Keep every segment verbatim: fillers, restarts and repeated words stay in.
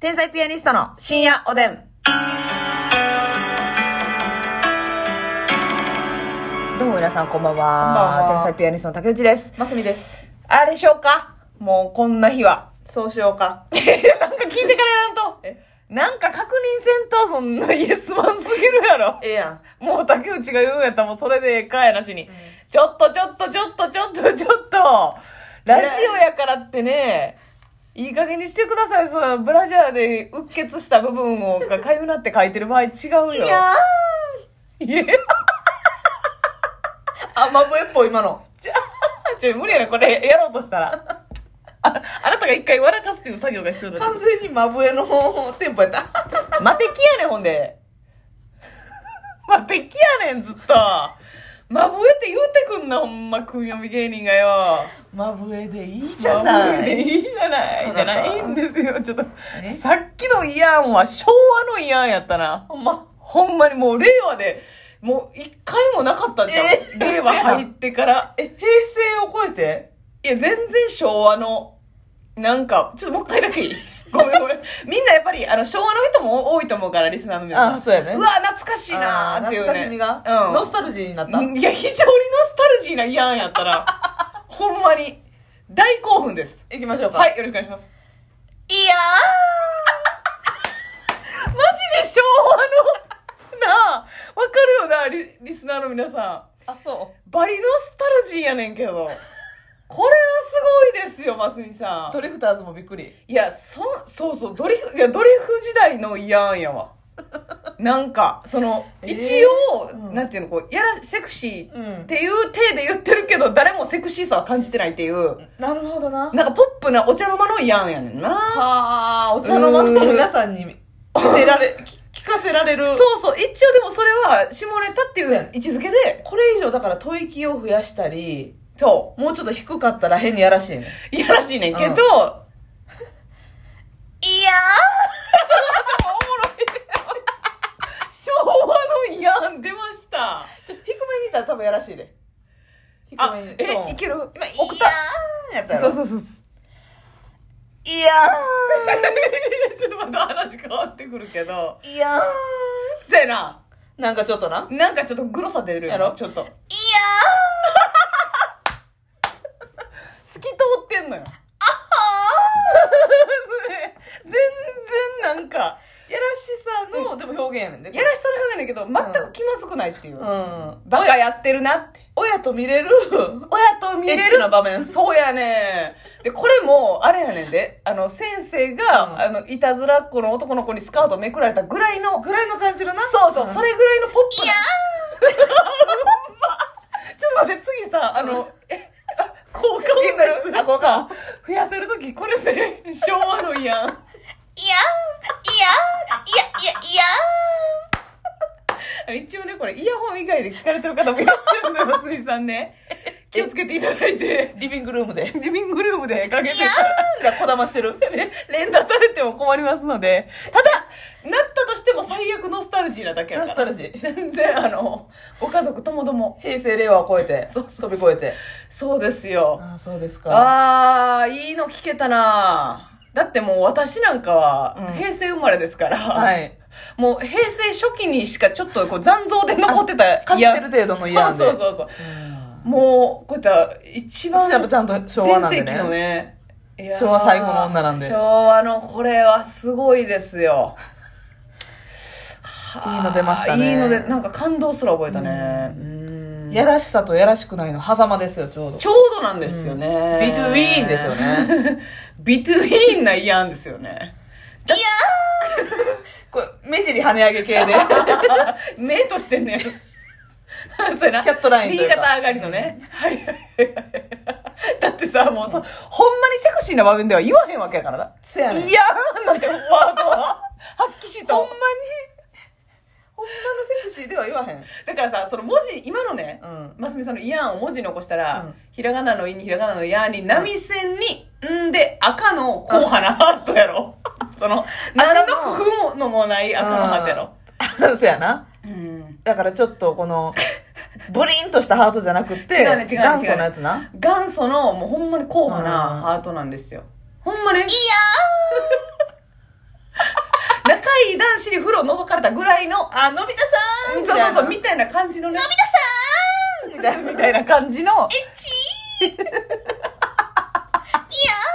天才ピアニストの深夜おでん。どうも皆さんこんばんは。 こんばんは。 天才ピアニストの竹内です。 ますみです。 あれしようか、もうこんな日は。 そうしようか。 なんか聞いてからやらんと。 えなんか確認せんと、そんなイエスマンすぎるやろ。 ええやん。 もう竹内が言うんやったらもうそれでええかやなしに、うん、ちょっとちょっとちょっとちょっとちょっとラジオやからってね、いい加減にしてください。そのブラジャーでうっ血した部分をがかゆなって書いてる場合違うよ。いやーいやあ、まぶえっぽい今の。 ちょ、ちょ無理やねこれやろうとしたら。あ, あなたが一回笑かすっていう作業が必要だ。 完全にまぶえのテンポやった。 マテキやねんほんで。マテキやねんずっと。まぶえって言うてくんなほんま訓読み芸人がよ。 まぶえでいいじゃない。 まぶえでいいじゃないじゃないんですよ。ちょっとさっきのイヤンは昭和のイヤンやったな。 ほんまほんまにもう令和でもう一回もなかったんじゃん、えー、令和入ってからえ平成を超えていや全然昭和のなんかちょっともう一回だけいいごめんごめん。みんなやっぱりあの昭和の人も多いと思うからリスナーの皆さん。 あ、そうやね。 うわ懐かしいなーっていうね。 懐かしみが、うん、ノスタルジーになった。 いや非常にノスタルジーなイヤンやったらほんまに大興奮です。 行きましょうか。 はい、よろしくお願いします。 いやーマジで昭和のなあ、わかるよな リ, リスナーの皆さん。 あ、そう。 バリノスタルジーやねんけどこれはすごいですよ、ますみさん。 ドリフターズもびっくり。 いや、そ、そうそう、ドリフ、いや、ドリフ時代のイヤンやわ。なんか、その、えー、一応、うん、なんていうの、こう、やら、セクシーっていう体で言ってるけど、誰もセクシーさは感じてないっていう。 なるほどな。 なんか、ポップなお茶の間のイヤンやねんな。 はあ、お茶の間の皆さんに見せられ、聞かせられる。 そうそう、一応でもそれは、下ネタっていう位置づけで。 これ以上、だから吐息を増やしたり、 そう。 もうちょっと低かったら変にやらしいねん。やらしいねんけど、うん、いやーちょっとおもろい。 昭和のイヤン出ました。 ちょ低めにいったら多分やらしいで。低めに。 え、いける今、いやーやったら。そうそうそうそう。 いやーちょっとまた話変わってくるけど。 いやーそうやな。 なんかちょっとな。 なんかちょっとグロさ出るよ。 やろちょっと。いやー透き通ってんのよ。あはーそれ全然なんかやらしさの、うん、でも表現やねんで。 やらしさの表現やけど全く気まずくないっていう、うん、バカ親やってるなって親と見れる親と見れるエッチな場面。 そうやね。でこれもあれやねんで、あの先生が、うん、あのいたずらっ子の男の子にスカートめくられたぐらいのぐらいの感じのな。 そうそう、うん、それぐらいのポップな。いやーちょっと待って次さあの、うん、え効果音があ効果増やせるときこれで昭和のイヤン。いやいやいやいやいや一応ねこれイヤホン以外で聞かれてる方もいらっしゃるんだよますみさんね。気をつけていただいて。 リビングルームでリビングルームでかけてたらがこだましてる連打されても困りますので、ただなったとしても最悪ノスタルジーなだけやから。 ノスタルジー全然あのご家族ともども平成令和を超えてそうそう飛び越えて。 そうですよ。 ああそうですか。 ああいいの聞けたな。だってもう私なんかは平成生まれですから、うん、はいもう平成初期にしかちょっとこう残像で残ってたかすってる程度のイヤンで。 そうそうそうそう、うん、もうこういった一番ちゃんと昭和なんでね、 全盛期のね、いや昭和最後の女なんで昭和のこれはすごいですよ。 いいの出ましたね。 いいのでなんか感動すら覚えたね、うんうん、やらしさとやらしくないの狭間ですよ。ちょうどちょうどなんですよね、 うん、ビトゥイーンですよね。 ビトゥイーンなイヤンですよね。 いやーこれ目尻跳ね上げ系で目としてんねんそうやなキャットラインというか B 型上がりのね、うん、はいだってさもうさ、うん、ほんまにセクシーな場面では言わへんわけやからな。 せやねん。 いやーなんてワードは発揮しとほんまにほんまのセクシーでは言わへん。 だからさその文字今のね、うん、ますみさんのイヤンを文字に起こしたら、うん、ひらがなのイにひらがなのヤに波線に、うん、んで赤の硬派なハートやろその何の工夫のもない赤のハートやろそうやな、うん、だからちょっとこのブリンとしたハートじゃなくて違うね違うね元祖のやつな。 元祖のもうほんまに硬派なハートなんですよ。ほんまね。いやー尻風呂覗かれたぐらいの、 あ、のび太さんそうそうそう、みたいな感じのね。 のび太さんみたいな。 みたいな感じの。 エッチーいや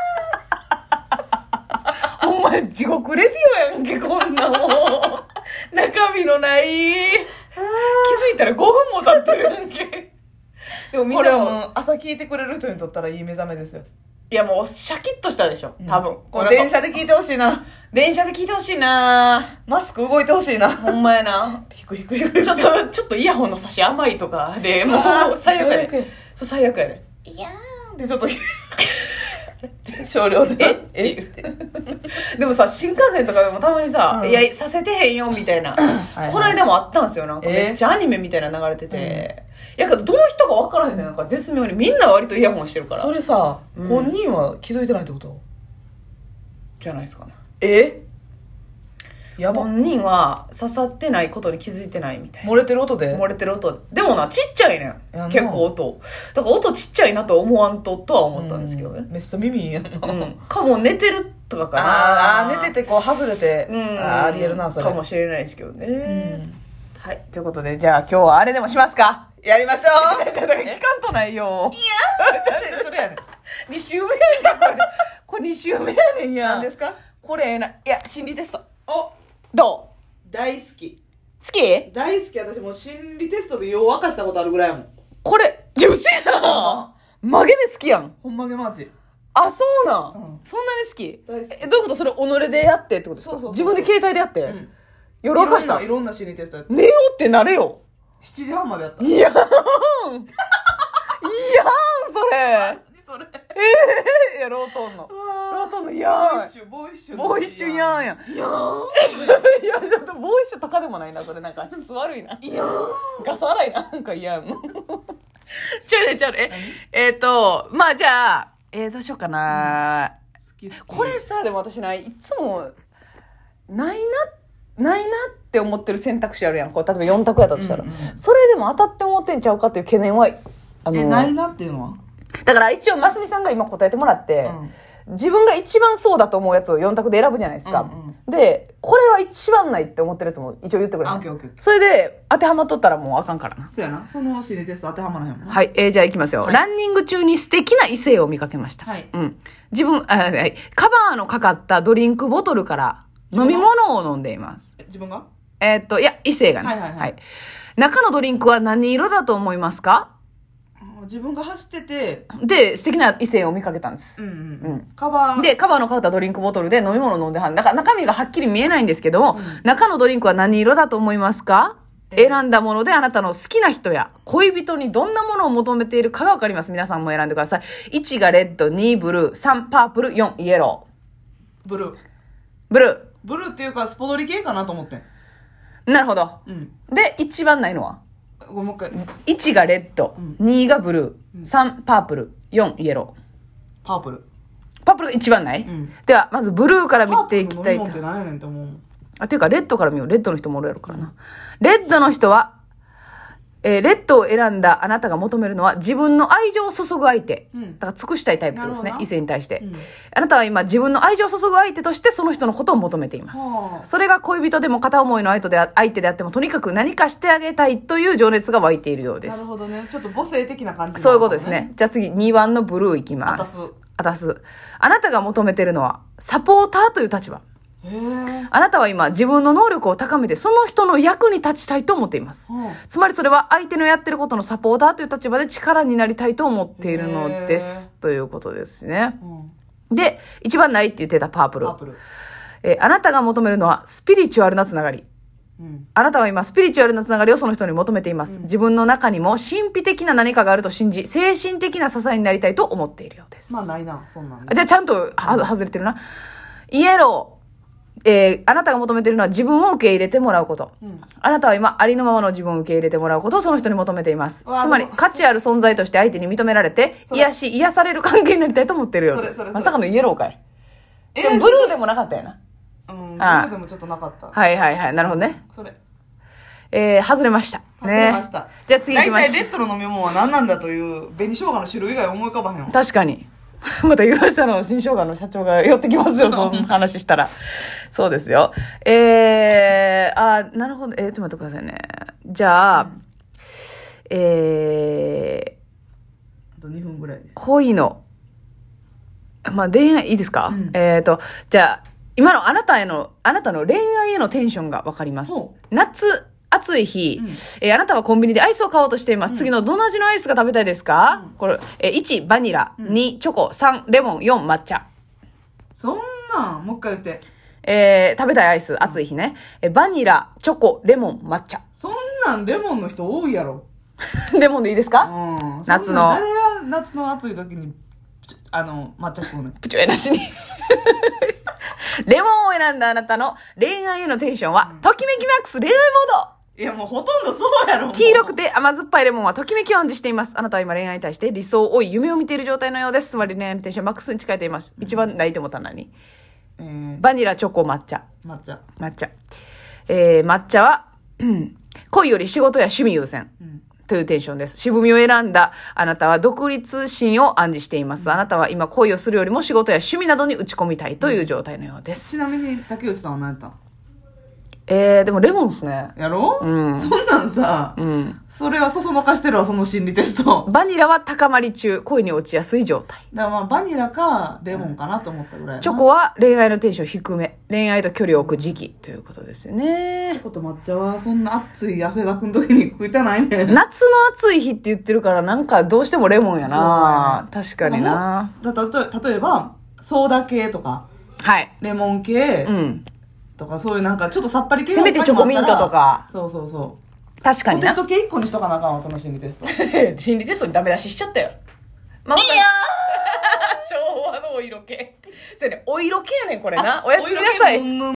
ほんま地獄レディオやんけ、こんなもん。中身のない。気づいたらごふんも経ってるやんけ。でもみんこれはなも、 もう朝聞いてくれる人にとったらいい目覚めですよ。 いやもうシャキッとしたでしょ、多分。 こう電車で聞いてほしいな。 電車で聞いてほしいな。 マスク動いてほしいな。 ほんまやな。 ピクピクピク。 ちょっと、ちょっとイヤホンの差し甘いとかで、もう最悪やで。そう、最悪やで。 いやーんでちょっと少量でえってでもさ、新幹線とかでもたまにさ、うん、いやさせてへんよみたいなはい、この間もあったんですよ。なんかめっちゃアニメみたいな流れてて、えー、いやけどどの人か分からへんねん。なんか絶妙にみんな割とイヤホンしてるから。 それさ、うん、本人は気づいてないってことじゃないですかね。 えやば。 本人は刺さってないことに気づいてないみたいな。 漏れてる音で漏れてる音でもな、ちっちゃいねん結構音だから。音ちっちゃいなとは思わんととは思ったんですけどね。 めっちゃ耳やんな、うん、 かも寝てるとかかな。 ああ寝ててこう外れて、うん、あ, ありえるなそれかもしれないですけどね、うん、はいということで、じゃあ今日はあれでもしますか。 やりましょう。 聞かんとないよ。 いやそれやねんに週目やねんこれ。これに週目やねんや。 何ですかこれ。いや心理テスト。 おどう大好き。 好き大好き。私もう心理テストでよう沸かしたことあるぐらいやもん。 これジュースやな。曲げで好きやん。 ほんまげマジ。 あ、そうなん、うん、そんなに好き。 大好き。 え、どういうこと？それ己でやってってことですか？そうそうそうそう。自分で携帯でやって、うん、夜沸かした。 いろんな心理テストやって。 寝ようってなれよ。 しちじはんまでやった。 いやーんいやーんそれそれええー、いやロートンのロートンのいやーんボーイッシュボーイッシュボーイッシュやんやんいやーんいやちょっとボーイッシュとかでもないなそれ。なんか質悪いな。いやーんガス洗いな。なんかいやんちゃうねちゃうねええー、とまあじゃあえー、どうしようかな、うん、好き好き。これさでも私ないつもないなないなって思ってる選択肢あるやん。こう例えばよん択やったとしたら、うんうん、それでも当たって思ってんちゃうかっていう懸念はあのえないなっていうのはだから一応ますみさんが今答えてもらって、うん、自分が一番そうだと思うやつをよん択で選ぶじゃないですか、うんうん、でこれは一番ないって思ってるやつも一応言ってくれる。 オッケーオッケー。 それで当てはまっとったらもうあかんからな。 そうやな。その心理テスト当てはまらへんもん。 はい、えー、じゃあいきますよ、はい、ランニング中に素敵な異性を見かけました、 はいうん、自分あ、はい、カバーのかかったドリンクボトルから飲み物を飲んでいます。 自分がえー、っといや異性がね、 はいはいはい、はい、 中のドリンクは何色だと思いますか？ 自分が走っててで素敵な異性を見かけたんです、 うんうんうん、カバーでカバーのかかったドリンクボトルで飲み物を飲んではんだから中身がはっきり見えないんですけども、うん、中のドリンクは何色だと思いますか？えー、選んだものであなたの好きな人や恋人にどんなものを求めているかが分かります。皆さんも選んでください。いちがレッド、にブルー、さんパープル、よんイエロー。ブルーブルーブルーっていうかスポドリ系かなと思ってん。 なるほど、 うん、 で一番ないのはもう一回いちがレッド、うん、にがブルー、うん、さんパープル、よんイエロー。 パープルパープルが一番ない、うん、ではまずブルーから見ていきたいと。 パープルの飲み物って何やねんと思う。 あていうかレッドから見よう。レッドの人もおるやろからな、うん、レッドの人は、えー、レッドを選んだあなたが求めるのは自分の愛情を注ぐ相手、うん、だから尽くしたいタイプですね。異性に対して、うん、あなたは今自分の愛情を注ぐ相手としてその人のことを求めています。それが恋人でも片思いの相手で相手であってもとにかく何かしてあげたいという情熱が湧いているようです。 なるほどね。ちょっと母性的な感じ、ね、 そういうことですね。じゃあ次にばんのブルーいきます。あたす。あなたが求めているのはサポーターという立場。 へー。 あなたは今自分の能力を高めてその人の役に立ちたいと思っています、うん、つまりそれは相手のやってることのサポーターという立場で力になりたいと思っているのですということですね、うん、で一番ないって言ってたパープル、 パープル、 えー、あなたが求めるのはスピリチュアルなつながり、うん、あなたは今スピリチュアルなつながりをその人に求めています、うん、自分の中にも神秘的な何かがあると信じ精神的な支えになりたいと思っているようです。 まあないなそんなん、ね、 じゃあちゃんとは外れてるな。イエロー、えー、あなたが求めているのは自分を受け入れてもらうこと、うん、あなたは今ありのままの自分を受け入れてもらうことをその人に求めています。つまり価値ある存在として相手に認められて癒し癒される関係になりたいと思っているようです。それそれそれまさかのイエローかい。じゃあブルーでもなかったよな。 うん、ブルーでもちょっとなかった。 はいはいはい、なるほどね。 それえー、外れました。 外れました。 ね、じゃあ次行きましょう。 大体レッドの飲み物は何なんだという紅生姜の種類以外思い浮かばへん。 確かに。また岩下の新生姜の社長が寄ってきますよ、そんな話したら。 そうですよ。えー、あ、なるほど。えー、ちょっと待ってくださいね。じゃあ、うん、えー、あとにふんぐらいです。 恋の、まあ恋愛いいですか、うん、えーと、じゃあ、今のあなたへの、あなたの恋愛へのテンションがわかります。夏、暑い日、うん、えー、あなたはコンビニでアイスを買おうとしています。うん、次のどの味のアイスが食べたいですか、うん、これ、えー、いち、バニラ、うん、に、チョコ、さん、レモン、よん、抹茶。 そんなん、もう一回言って。 えー、食べたいアイス、暑い日ね。えー、バニラ、チョコ、レモン、抹茶。 そんなんレモンの人多いやろ。 レモンでいいですか、 うん、 夏の。 誰が夏の暑い時に、あの、抹茶食うね。 プチョエなしに。レモンを選んだあなたの恋愛へのテンションは、うん、ときめきマックス恋愛モード。 いやもうほとんどそうやろ。 黄色くて甘酸っぱいレモンはときめきを暗示しています。あなたは今恋愛に対して理想を追い夢を見ている状態のようです。つまり恋愛のテンションマックスに近いと言います。うん、一番ないと思ったのに、えー、バニラ、チョコ、抹茶。 抹茶。 抹茶。えー、抹茶は、うん、恋より仕事や趣味優先。うん、というテンションです。渋みを選んだあなたは独立心を暗示しています。あなたは今恋をするよりも仕事や趣味などに打ち込みたいという状態のようです。 ちなみに竹内さんは何やった？ えー、でもレモンですね。 やろ？うん。そんなんさ、うん。それはそそのかしてるわ、その心理テスト。 バニラは高まり中、恋に落ちやすい状態。 だからまあバニラかレモンかなと思ったぐらい、うん。 チョコは恋愛のテンション低め。恋愛と距離を置く時期ということですよね。 チョコと抹茶はそんな暑い汗だくの時に食いたないね。 夏の暑い日って言ってるからなんかどうしてもレモンやな。ね、確かにな。 だ例えば、ソーダ系とか。 はい。 レモン系。うん。とかそういうなんかちょっとさっぱり系せめてチョコミントとか。 そうそうそう。 確かにな。 ポテト系いっこにしとかなあかんわ、その心理テスト。 心理テストにダメ出ししちゃったよ。まあ、いやー昭和のお色気。それね、お色気やねんこれな。おやすみなさい。